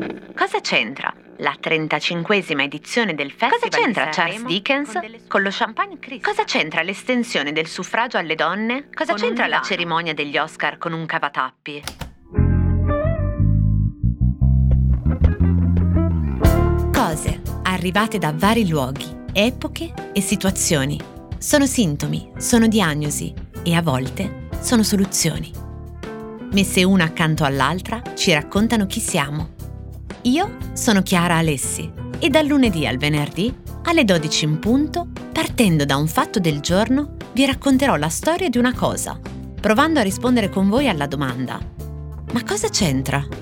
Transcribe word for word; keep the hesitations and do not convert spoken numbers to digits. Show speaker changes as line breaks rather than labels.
Cosa c'entra la trentacinquesima edizione del Festival
Cosa c'entra
di
Charles
Sanremo
Dickens
con, delle...
con lo champagne Christmas?
Cosa c'entra l'estensione del suffragio alle donne? Cosa
Con
c'entra
un
la
divano?
cerimonia degli Oscar con un cavatappi?
Cose arrivate da vari luoghi, epoche e situazioni. Sono sintomi, sono diagnosi e a volte sono soluzioni. Messe una accanto all'altra ci raccontano chi siamo. Io sono Chiara Alessi e dal lunedì al venerdì alle dodici in punto, partendo da un fatto del giorno, vi racconterò la storia di una cosa, provando a rispondere con voi alla domanda: ma cosa c'entra?